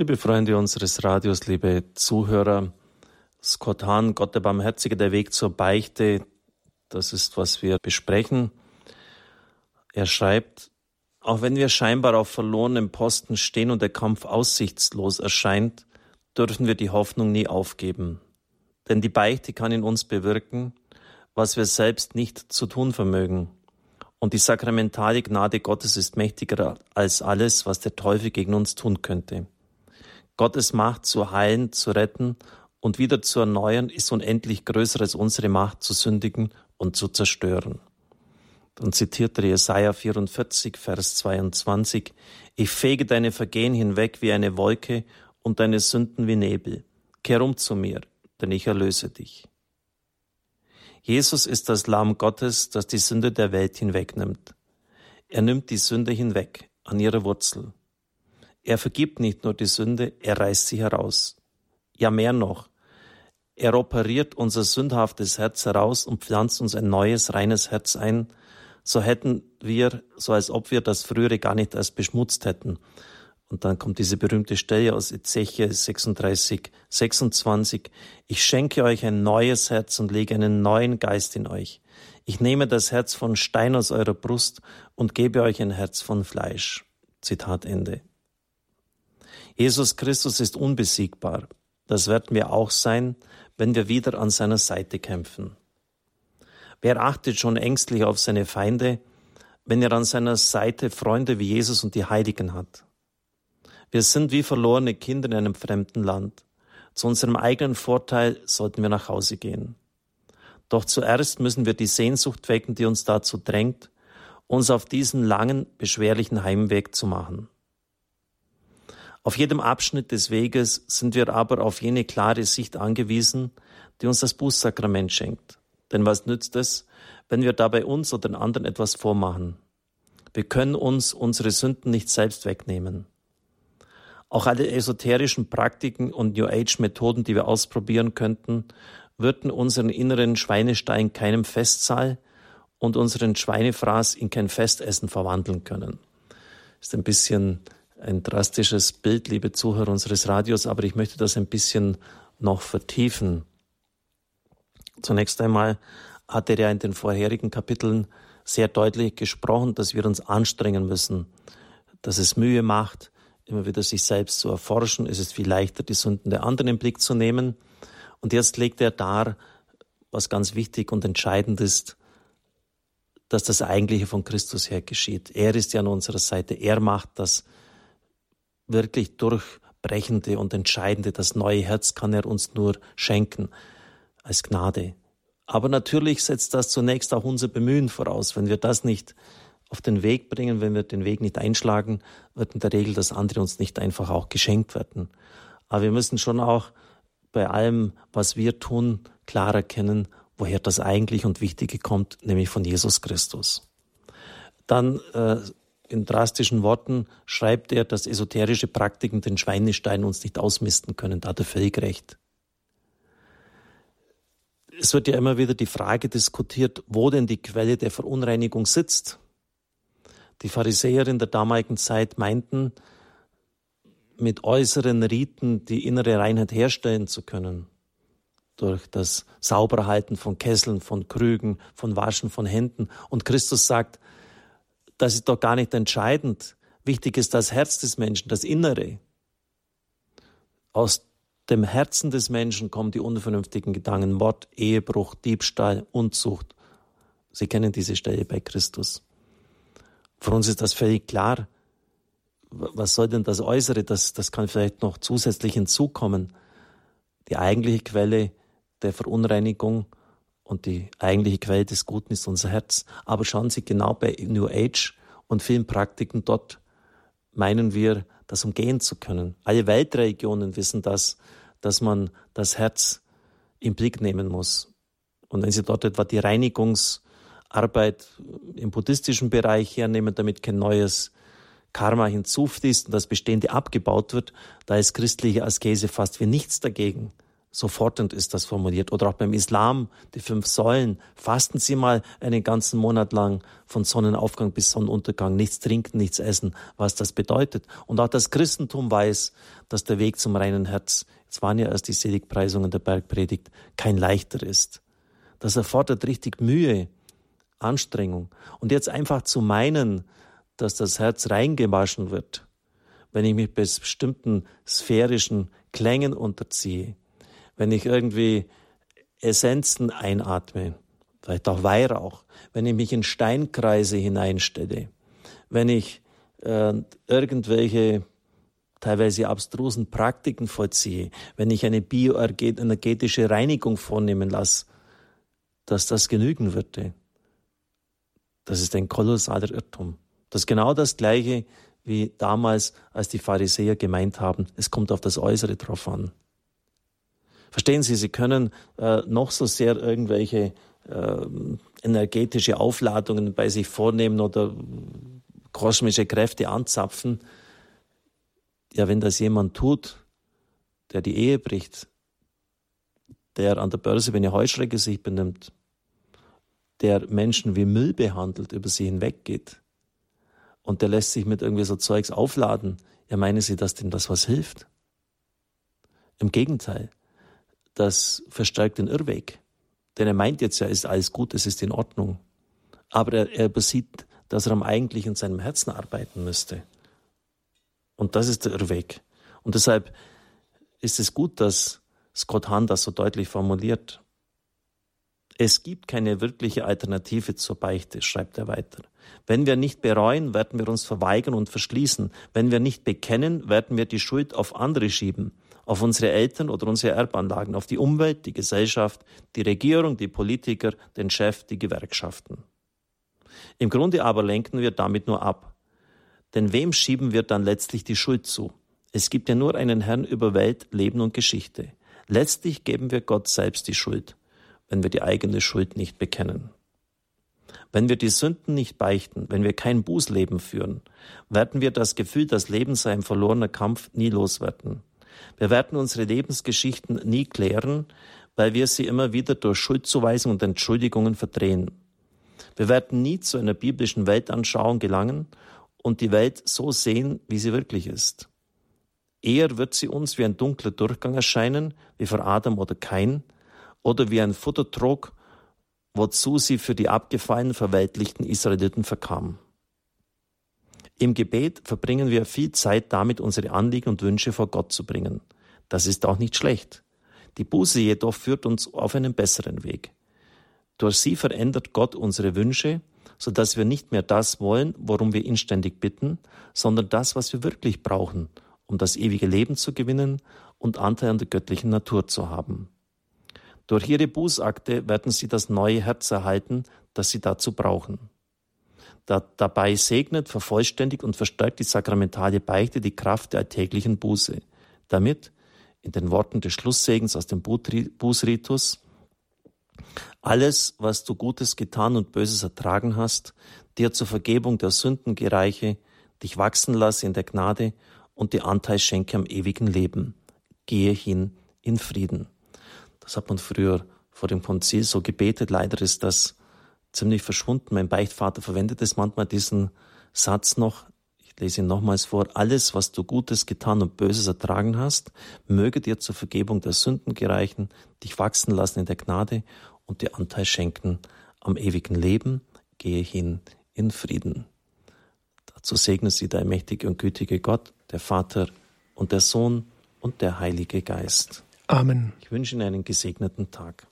Liebe Freunde unseres Radios, liebe Zuhörer, Scott Hahn, Gott der Barmherzige, der Weg zur Beichte, das ist, was wir besprechen. Er schreibt, auch wenn wir scheinbar auf verlorenem Posten stehen und der Kampf aussichtslos erscheint, dürfen wir die Hoffnung nie aufgeben. Denn die Beichte kann in uns bewirken, was wir selbst nicht zu tun vermögen. Und die sakramentale Gnade Gottes ist mächtiger als alles, was der Teufel gegen uns tun könnte. Gottes Macht zu heilen, zu retten und wieder zu erneuern ist unendlich größer als unsere Macht zu sündigen und zu zerstören. Dann zitiert er Jesaja 44, Vers 22, Ich fege deine Vergehen hinweg wie eine Wolke und deine Sünden wie Nebel. Kehr um zu mir, denn ich erlöse dich. Jesus ist das Lamm Gottes, das die Sünde der Welt hinwegnimmt. Er nimmt die Sünde hinweg, an ihrer Wurzel. Er vergibt nicht nur die Sünde, er reißt sie heraus. Ja, mehr noch. Er operiert unser sündhaftes Herz heraus und pflanzt uns ein neues, reines Herz ein. So als ob wir das frühere gar nicht erst beschmutzt hätten. Und dann kommt diese berühmte Stelle aus Ezechiel 36, 26. Ich schenke euch ein neues Herz und lege einen neuen Geist in euch. Ich nehme das Herz von Stein aus eurer Brust und gebe euch ein Herz von Fleisch. Zitat Ende. Jesus Christus ist unbesiegbar. Das werden wir auch sein, wenn wir wieder an seiner Seite kämpfen. Wer achtet schon ängstlich auf seine Feinde, wenn er an seiner Seite Freunde wie Jesus und die Heiligen hat? Wir sind wie verlorene Kinder in einem fremden Land. Zu unserem eigenen Vorteil sollten wir nach Hause gehen. Doch zuerst müssen wir die Sehnsucht wecken, die uns dazu drängt, uns auf diesen langen, beschwerlichen Heimweg zu machen. Auf jedem Abschnitt des Weges sind wir aber auf jene klare Sicht angewiesen, die uns das Bußsakrament schenkt. Denn was nützt es, wenn wir dabei uns oder den anderen etwas vormachen? Wir können uns unsere Sünden nicht selbst wegnehmen. Auch alle esoterischen Praktiken und New Age-Methoden, die wir ausprobieren könnten, würden unseren inneren Schweinestein keinem Festsaal und unseren Schweinefraß in kein Festessen verwandeln können. Ist ein bisschen ein drastisches Bild, liebe Zuhörer unseres Radios, aber ich möchte das ein bisschen noch vertiefen. Zunächst einmal hat er ja in den vorherigen Kapiteln sehr deutlich gesprochen, dass wir uns anstrengen müssen, dass es Mühe macht, immer wieder sich selbst zu erforschen. Es ist viel leichter, die Sünden der anderen im Blick zu nehmen. Und jetzt legt er dar, was ganz wichtig und entscheidend ist, dass das Eigentliche von Christus her geschieht. Er ist ja an unserer Seite. Er macht das wirklich Durchbrechende und Entscheidende. Das neue Herz kann er uns nur schenken als Gnade. Aber natürlich setzt das zunächst auch unser Bemühen voraus. Wenn wir das nicht auf den Weg bringen, wenn wir den Weg nicht einschlagen, wird in der Regel das andere uns nicht einfach auch geschenkt werden. Aber wir müssen schon auch bei allem, was wir tun, klar erkennen, woher das Eigentliche und Wichtige kommt, nämlich von Jesus Christus. Dann in drastischen Worten schreibt er, dass esoterische Praktiken den Schweinestein uns nicht ausmisten können. Da hat er völlig recht. Es wird ja immer wieder die Frage diskutiert, wo denn die Quelle der Verunreinigung sitzt. Die Pharisäer in der damaligen Zeit meinten, mit äußeren Riten die innere Reinheit herstellen zu können. Durch das Sauberhalten von Kesseln, von Krügen, von Waschen von Händen. Und Christus sagt, das ist doch gar nicht entscheidend. Wichtig ist das Herz des Menschen, das Innere. Aus dem Herzen des Menschen kommen die unvernünftigen Gedanken, Mord, Ehebruch, Diebstahl, Unzucht. Sie kennen diese Stelle bei Christus. Für uns ist das völlig klar. Was soll denn das Äußere? Das kann vielleicht noch zusätzlich hinzukommen. Die eigentliche Quelle der Verunreinigung und die eigentliche Quelle des Guten ist unser Herz. Aber schauen Sie genau bei New Age und vielen Praktiken, dort meinen wir, das umgehen zu können. Alle Weltreligionen wissen das, dass man das Herz im Blick nehmen muss. Und wenn Sie dort etwa die Reinigungsarbeit im buddhistischen Bereich hernehmen, damit kein neues Karma hinzufließt und das Bestehende abgebaut wird, da ist christliche Askese fast wie nichts dagegen. So fordernd ist das formuliert. Oder auch beim Islam, die 5 Säulen. Fasten Sie mal einen ganzen Monat lang von Sonnenaufgang bis Sonnenuntergang. Nichts trinken, nichts essen, was das bedeutet. Und auch das Christentum weiß, dass der Weg zum reinen Herz, jetzt waren ja erst die Seligpreisungen der Bergpredigt, kein leichter ist. Das erfordert richtig Mühe, Anstrengung. Und jetzt einfach zu meinen, dass das Herz reingewaschen wird, wenn ich mich bestimmten sphärischen Klängen unterziehe, wenn ich irgendwie Essenzen einatme, vielleicht auch Weihrauch, wenn ich mich in Steinkreise hineinstelle, wenn ich irgendwelche teilweise abstrusen Praktiken vollziehe, wenn ich eine bioenergetische Reinigung vornehmen lasse, dass das genügen würde. Das ist ein kolossaler Irrtum. Das ist genau das Gleiche wie damals, als die Pharisäer gemeint haben, es kommt auf das Äußere drauf an. Verstehen Sie, Sie können noch so sehr irgendwelche energetische Aufladungen bei sich vornehmen oder kosmische Kräfte anzapfen. Ja, wenn das jemand tut, der die Ehe bricht, der an der Börse wie eine Heuschrecke sich benimmt, der Menschen wie Müll behandelt, über sie hinweggeht und der lässt sich mit irgendwie so Zeugs aufladen, ja, meinen Sie, dass dem das was hilft? Im Gegenteil. Das verstärkt den Irrweg. Denn er meint jetzt ja, ist alles gut, es ist in Ordnung. Aber er übersieht, dass er am Eigentlichen in seinem Herzen arbeiten müsste. Und das ist der Irrweg. Und deshalb ist es gut, dass Scott Hahn das so deutlich formuliert. Es gibt keine wirkliche Alternative zur Beichte, schreibt er weiter. Wenn wir nicht bereuen, werden wir uns verweigern und verschließen. Wenn wir nicht bekennen, werden wir die Schuld auf andere schieben. Auf unsere Eltern oder unsere Erbanlagen, auf die Umwelt, die Gesellschaft, die Regierung, die Politiker, den Chef, die Gewerkschaften. Im Grunde aber lenken wir damit nur ab. Denn wem schieben wir dann letztlich die Schuld zu? Es gibt ja nur einen Herrn über Welt, Leben und Geschichte. Letztlich geben wir Gott selbst die Schuld, wenn wir die eigene Schuld nicht bekennen. Wenn wir die Sünden nicht beichten, wenn wir kein Bußleben führen, werden wir das Gefühl, das Leben sei ein verlorener Kampf, nie loswerden. Wir werden unsere Lebensgeschichten nie klären, weil wir sie immer wieder durch Schuldzuweisungen und Entschuldigungen verdrehen. Wir werden nie zu einer biblischen Weltanschauung gelangen und die Welt so sehen, wie sie wirklich ist. Eher wird sie uns wie ein dunkler Durchgang erscheinen, wie vor Adam oder Kain, oder wie ein Futtertrog, wozu sie für die abgefallenen, verweltlichten Israeliten verkam. Im Gebet verbringen wir viel Zeit damit, unsere Anliegen und Wünsche vor Gott zu bringen. Das ist auch nicht schlecht. Die Buße jedoch führt uns auf einen besseren Weg. Durch sie verändert Gott unsere Wünsche, sodass wir nicht mehr das wollen, worum wir ihn ständig bitten, sondern das, was wir wirklich brauchen, um das ewige Leben zu gewinnen und Anteil an der göttlichen Natur zu haben. Durch ihre Bußakte werden sie das neue Herz erhalten, das sie dazu brauchen. Dabei segnet, vervollständigt und verstärkt die sakramentale Beichte die Kraft der alltäglichen Buße, damit, in den Worten des Schlusssegens aus dem Bußritus, alles, was du Gutes getan und Böses ertragen hast, dir zur Vergebung der Sünden gereiche, dich wachsen lasse in der Gnade und dir Anteil schenke am ewigen Leben. Gehe hin in Frieden. Das hat man früher vor dem Konzil so gebetet. Leider ist das ziemlich verschwunden. Mein Beichtvater verwendet es manchmal, diesen Satz noch. Ich lese ihn nochmals vor. Alles, was du Gutes getan und Böses ertragen hast, möge dir zur Vergebung der Sünden gereichen, dich wachsen lassen in der Gnade und dir Anteil schenken am ewigen Leben. Gehe hin in Frieden. Dazu segne sie der mächtige und gütige Gott, der Vater und der Sohn und der Heilige Geist. Amen. Ich wünsche Ihnen einen gesegneten Tag.